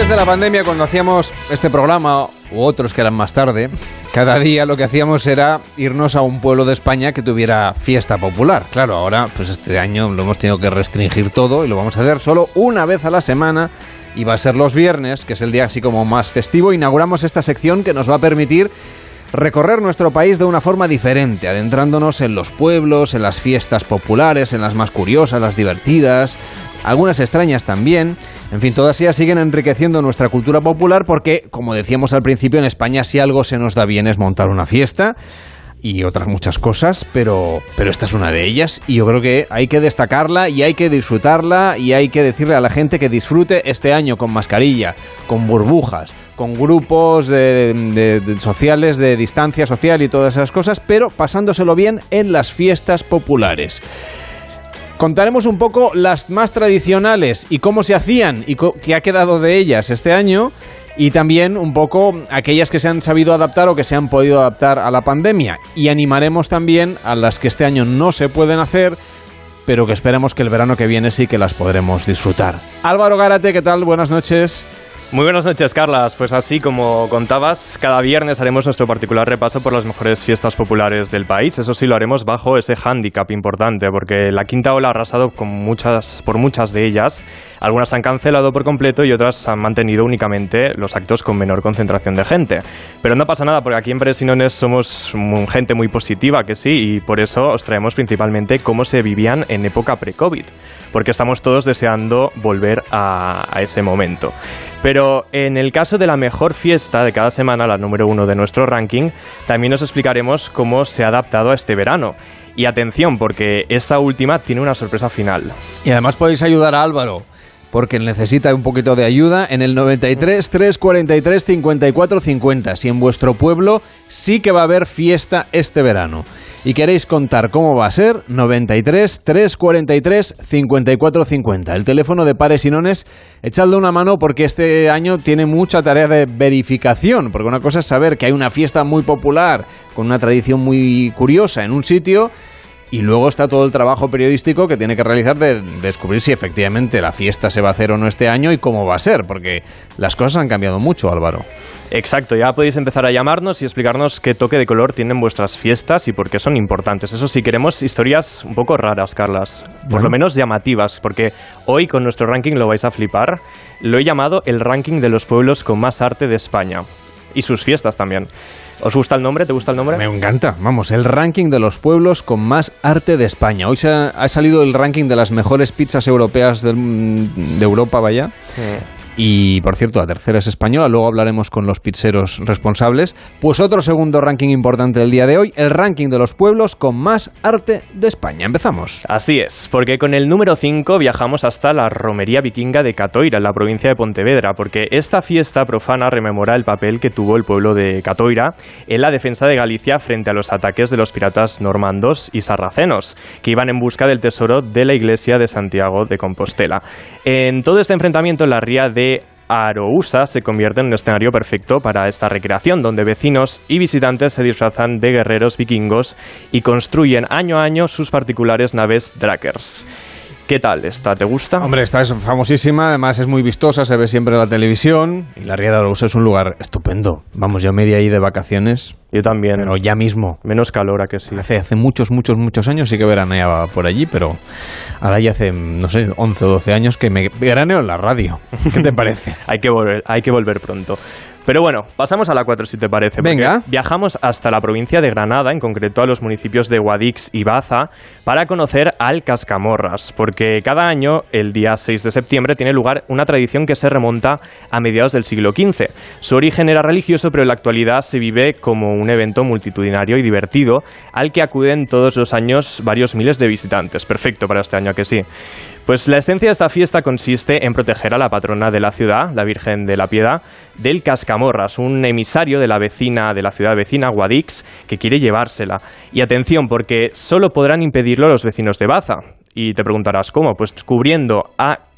Antes de la pandemia, cuando hacíamos este programa, u otros que eran más tarde, cada día lo que hacíamos era irnos a un pueblo de España que tuviera fiesta popular. Claro, ahora, pues este año lo hemos tenido que restringir todo y lo vamos a hacer solo una vez a la semana. Y va a ser los viernes, que es el día así como más festivo. Inauguramos esta sección que nos va a permitir recorrer nuestro país de una forma diferente, adentrándonos en los pueblos, en las fiestas populares, en las más curiosas, las divertidas, algunas extrañas también. En fin, todas ellas siguen enriqueciendo nuestra cultura popular porque, como decíamos al principio, en España si algo se nos da bien es montar una fiesta y otras muchas cosas, pero esta es una de ellas y yo creo que hay que destacarla y hay que disfrutarla y hay que decirle a la gente que disfrute este año con mascarilla, con burbujas, con grupos sociales de distancia social y todas esas cosas, pero pasándoselo bien en las fiestas populares. Contaremos un poco las más tradicionales y cómo se hacían y qué ha quedado de ellas este año. Y también un poco aquellas que se han sabido adaptar o que se han podido adaptar a la pandemia. Y animaremos también a las que este año no se pueden hacer, pero que esperemos que el verano que viene sí que las podremos disfrutar. Álvaro Gárate, ¿qué tal? Buenas noches. Muy buenas noches, Carlas. Pues así como contabas, cada viernes haremos nuestro particular repaso por las mejores fiestas populares del país. Eso sí, lo haremos bajo ese hándicap importante, porque la quinta ola ha arrasado por muchas de ellas. Algunas han cancelado por completo y otras han mantenido únicamente los actos con menor concentración de gente. Pero no pasa nada, porque aquí en Presinones somos gente muy positiva, que sí, y por eso os traemos principalmente cómo se vivían en época pre-COVID, porque estamos todos deseando volver a ese momento. Pero en el caso de la mejor fiesta de cada semana, la número 1 de nuestro ranking, también os explicaremos cómo se ha adaptado a este verano. Y atención, porque esta última tiene una sorpresa final. Y además podéis ayudar a Álvaro, porque necesita un poquito de ayuda en el 93 343 54 50. Si en vuestro pueblo sí que va a haber fiesta este verano y queréis contar cómo va a ser, 93 343 54 50. El teléfono de Pares y Nones, echadle una mano porque este año tiene mucha tarea de verificación, porque una cosa es saber que hay una fiesta muy popular con una tradición muy curiosa en un sitio. Y luego está todo el trabajo periodístico que tiene que realizar de descubrir si efectivamente la fiesta se va a hacer o no este año y cómo va a ser, porque las cosas han cambiado mucho, Álvaro. Exacto, ya podéis empezar a llamarnos y explicarnos qué toque de color tienen vuestras fiestas y por qué son importantes. Eso sí, queremos historias un poco raras, Carlas, por lo menos llamativas, porque hoy con nuestro ranking lo vais a flipar. Lo he llamado el ranking de los pueblos con más arte de España. Y sus fiestas también. ¿Os gusta el nombre? ¿Te gusta el nombre? Me encanta. Vamos, el ranking de los pueblos con más arte de España. Hoy ha salido el ranking de las mejores pizzas europeas de Europa, vaya. Sí. Y, por cierto, la tercera es española, luego hablaremos con los pizzeros responsables. Pues otro segundo ranking importante del día de hoy, el ranking de los pueblos con más arte de España. Empezamos. Así es, porque con el número 5 viajamos hasta la romería vikinga de Catoira, en la provincia de Pontevedra, porque esta fiesta profana rememora el papel que tuvo el pueblo de Catoira en la defensa de Galicia frente a los ataques de los piratas normandos y sarracenos, que iban en busca del tesoro de la iglesia de Santiago de Compostela. En todo este enfrentamiento, la ría de Arousa se convierte en un escenario perfecto para esta recreación, donde vecinos y visitantes se disfrazan de guerreros vikingos y construyen año a año sus particulares naves Drakers. ¿Qué tal esta? ¿Te gusta? Hombre, esta es famosísima, además es muy vistosa, se ve siempre en la televisión y la Ría de Arousa es un lugar estupendo. Vamos, yo me iría ahí de vacaciones. Yo también. Pero ya mismo. Menos calor, ¿a que sí? Hace muchos años sí que veraneaba por allí, pero ahora ya hace, no sé, 11 o 12 años que me veraneo en la radio. ¿Qué te parece? Hay que volver pronto. Pero bueno, pasamos a la 4 si te parece. Venga. Viajamos hasta la provincia de Granada, en concreto a los municipios de Guadix y Baza, para conocer al Cascamorras, porque cada año, el día 6 de septiembre, tiene lugar una tradición que se remonta a mediados del siglo XV. Su origen era religioso, pero en la actualidad se vive como un evento multitudinario y divertido, al que acuden todos los años varios miles de visitantes. Perfecto para este año, ¿a que sí? Pues la esencia de esta fiesta consiste en proteger a la patrona de la ciudad, la Virgen de la Piedad, del Cascamorras, un emisario de la ciudad vecina, Guadix, que quiere llevársela. Y atención, porque solo podrán impedirlo los vecinos de Baza. Y te preguntarás, ¿cómo? Pues cubriendo a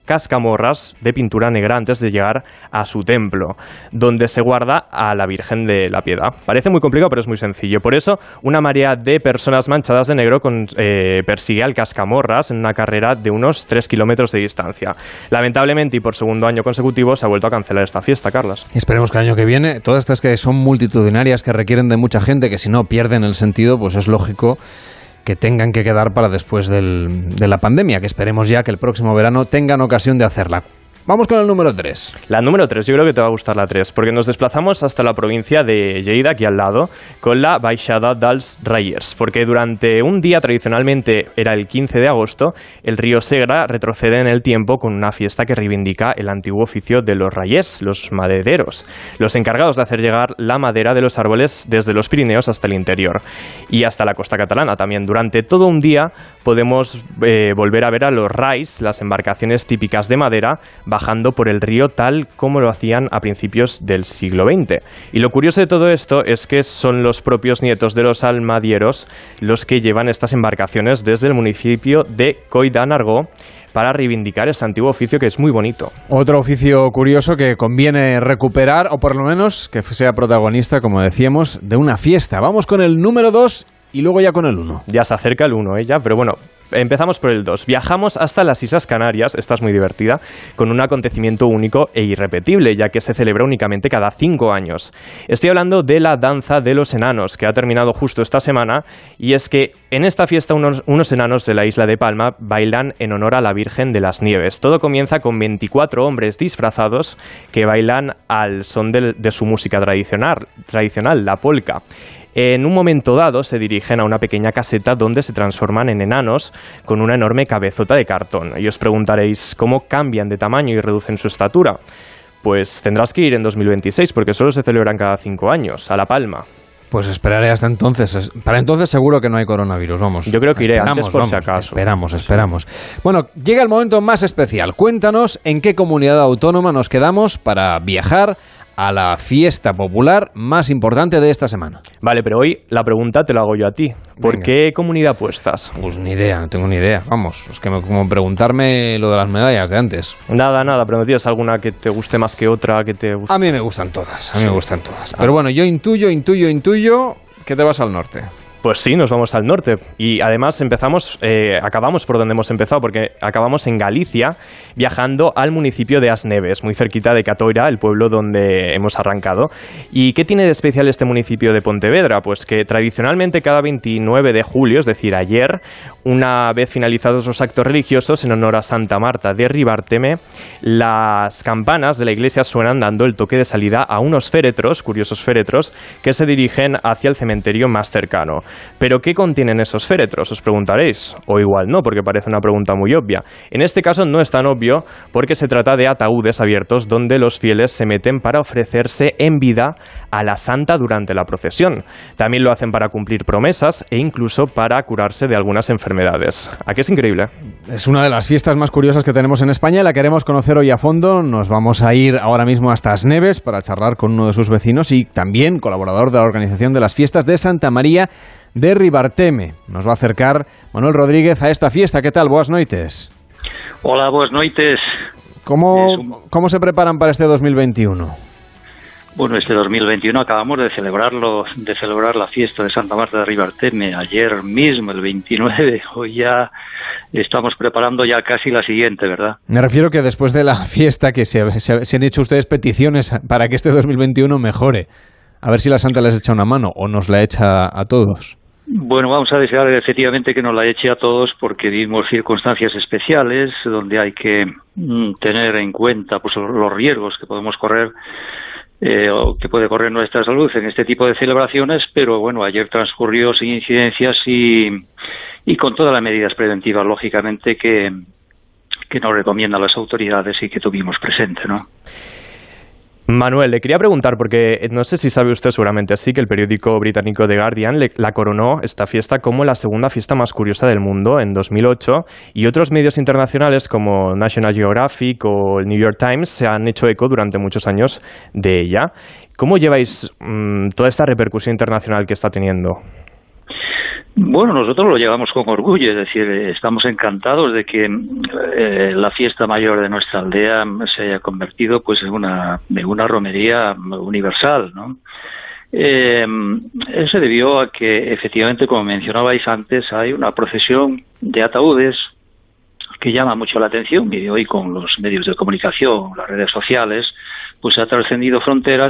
cascamorras de pintura negra antes de llegar a su templo, donde se guarda a la Virgen de la Piedad. Parece muy complicado, pero es muy sencillo. Por eso, una marea de personas manchadas de negro persigue al cascamorras en una carrera de unos 3 kilómetros de distancia. Lamentablemente, y por segundo año consecutivo, se ha vuelto a cancelar esta fiesta, Carlas. Esperemos que el año que viene, todas estas que son multitudinarias, que requieren de mucha gente, que si no pierden el sentido, pues es lógico que tengan que quedar para después de la pandemia, que esperemos ya que el próximo verano tengan ocasión de hacerla. Vamos con el número 3. La número 3, yo creo que te va a gustar la 3, porque nos desplazamos hasta la provincia de Lleida, aquí al lado, con la Baixada dels Reyers, porque durante un día, tradicionalmente era el 15 de agosto, el río Segre retrocede en el tiempo con una fiesta que reivindica el antiguo oficio de los rayers, los madereros, los encargados de hacer llegar la madera de los árboles desde los Pirineos hasta el interior y hasta la costa catalana también. Durante todo un día podemos volver a ver a los rais, las embarcaciones típicas de madera, bajando por el río tal como lo hacían a principios del siglo XX. Y lo curioso de todo esto es que son los propios nietos de los almadieros los que llevan estas embarcaciones desde el municipio de Coll de Nargó para reivindicar este antiguo oficio que es muy bonito. Otro oficio curioso que conviene recuperar, o por lo menos que sea protagonista, como decíamos, de una fiesta. Vamos con el número 2 y luego ya con el 1. Ya se acerca el 1, ya, pero bueno, empezamos por el 2. Viajamos hasta las Islas Canarias, esta es muy divertida, con un acontecimiento único e irrepetible, ya que se celebra únicamente cada 5 años. Estoy hablando de la Danza de los Enanos, que ha terminado justo esta semana, y es que en esta fiesta unos enanos de la isla de Palma bailan en honor a la Virgen de las Nieves. Todo comienza con 24 hombres disfrazados que bailan al son de su música tradicional, la polka. En un momento dado se dirigen a una pequeña caseta donde se transforman en enanos con una enorme cabezota de cartón. Y os preguntaréis cómo cambian de tamaño y reducen su estatura. Pues tendrás que ir en 2026 porque solo se celebran cada 5 años, a La Palma. Pues esperaré hasta entonces. Para entonces seguro que no hay coronavirus, vamos. Yo creo que iré antes por si acaso. Esperamos. Bueno, llega el momento más especial. Cuéntanos en qué comunidad autónoma nos quedamos para viajar a la fiesta popular más importante de esta semana. Vale, pero hoy la pregunta te la hago yo a ti. ¿Por qué comunidad apuestas? Pues ni idea, no tengo ni idea. Vamos, es que como preguntarme lo de las medallas de antes. Nada, pero ¿no tienes alguna que te guste más que otra? Que te guste? A mí me gustan todas, Pero bueno, yo intuyo que te vas al norte. Pues sí, nos vamos al norte y además acabamos por donde hemos empezado porque acabamos en Galicia viajando al municipio de Asneves, muy cerquita de Catoira, el pueblo donde hemos arrancado. ¿Y qué tiene de especial este municipio de Pontevedra? Pues que tradicionalmente cada 29 de julio, es decir, ayer, una vez finalizados los actos religiosos en honor a Santa Marta de Ribárteme, las campanas de la iglesia suenan dando el toque de salida a unos féretros, curiosos féretros, que se dirigen hacia el cementerio más cercano. ¿Pero qué contienen esos féretros? Os preguntaréis. O igual no, porque parece una pregunta muy obvia. En este caso no es tan obvio porque se trata de ataúdes abiertos donde los fieles se meten para ofrecerse en vida a la santa durante la procesión. También lo hacen para cumplir promesas e incluso para curarse de algunas enfermedades. ¿A qué es increíble? Es una de las fiestas más curiosas que tenemos en España y la queremos conocer hoy a fondo. Nos vamos a ir ahora mismo hasta Asneves para charlar con uno de sus vecinos y también colaborador de la organización de las fiestas de Santa María de Ribárteme. Nos va a acercar Manuel Rodríguez a esta fiesta. ¿Qué tal? Boas noites. Hola, boas noites. ¿Cómo se preparan para este 2021? Bueno, este 2021 acabamos de celebrar la fiesta de Santa Marta de Ribárteme ayer mismo, el 29. Hoy ya estamos preparando ya casi la siguiente, ¿verdad? Me refiero que después de la fiesta que se han hecho ustedes peticiones para que este 2021 mejore. A ver si la Santa les echa una mano o nos la echa a todos. Bueno, vamos a desear efectivamente que nos la eche a todos porque vivimos circunstancias especiales donde hay que tener en cuenta pues los riesgos que podemos correr o que puede correr nuestra salud en este tipo de celebraciones, pero bueno, ayer transcurrió sin incidencias y con todas las medidas preventivas, lógicamente, que nos recomiendan las autoridades y que tuvimos presente, ¿no? Manuel, le quería preguntar, porque no sé si sabe usted, seguramente sí, que el periódico británico The Guardian la coronó esta fiesta como la segunda fiesta más curiosa del mundo en 2008 y otros medios internacionales como National Geographic o el New York Times se han hecho eco durante muchos años de ella. ¿Cómo lleváis toda esta repercusión internacional que está teniendo? Bueno, nosotros lo llevamos con orgullo, es decir, estamos encantados de que la fiesta mayor de nuestra aldea se haya convertido pues en una romería universal, ¿no? Eso se debió a que, efectivamente, como mencionabais antes, hay una procesión de ataúdes que llama mucho la atención, y hoy con los medios de comunicación, las redes sociales, pues ha trascendido fronteras,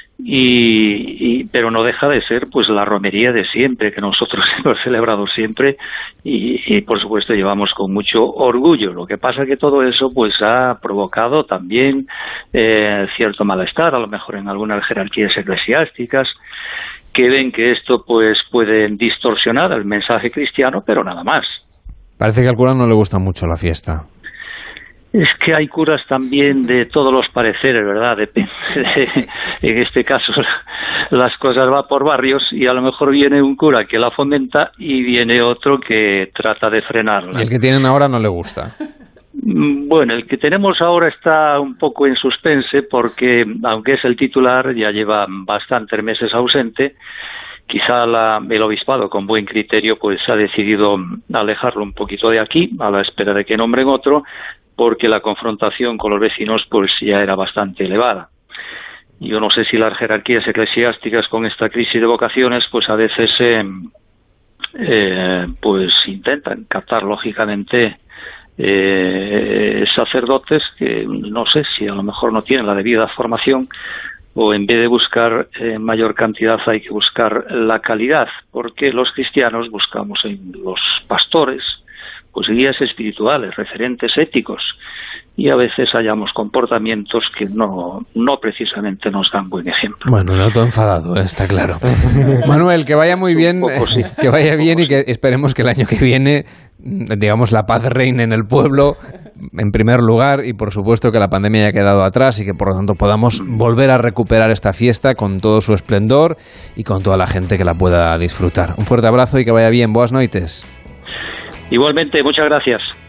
pero no deja de ser pues la romería de siempre, que nosotros hemos celebrado siempre y por supuesto llevamos con mucho orgullo. Lo que pasa es que todo eso pues ha provocado también cierto malestar, a lo mejor en algunas jerarquías eclesiásticas, que ven que esto pues puede distorsionar el mensaje cristiano, pero nada más. Parece que al cura no le gusta mucho la fiesta. Es que hay curas también de todos los pareceres, ¿verdad? Depende en este caso las cosas van por barrios y a lo mejor viene un cura que la fomenta y viene otro que trata de frenarla. ¿Y el que tienen ahora no le gusta? Bueno, el que tenemos ahora está un poco en suspense porque, aunque es el titular, ya lleva bastantes meses ausente. Quizá el obispado, con buen criterio, pues ha decidido alejarlo un poquito de aquí, a la espera de que nombren otro, porque la confrontación con los vecinos pues ya era bastante elevada. Yo no sé si las jerarquías eclesiásticas con esta crisis de vocaciones pues a veces pues intentan captar lógicamente sacerdotes que no sé si a lo mejor no tienen la debida formación, o en vez de buscar mayor cantidad hay que buscar la calidad, porque los cristianos buscamos en los pastores pues guías espirituales, referentes éticos, y a veces hallamos comportamientos que no precisamente nos dan buen ejemplo. Bueno, no todo enfadado, está claro. Manuel, que vaya muy bien, sí. Que vaya bien y que esperemos que el año que viene, digamos, la paz reine en el pueblo, en primer lugar, y por supuesto que la pandemia haya quedado atrás y que por lo tanto podamos volver a recuperar esta fiesta con todo su esplendor y con toda la gente que la pueda disfrutar. Un fuerte abrazo y que vaya bien. Boas noites. Igualmente, muchas gracias.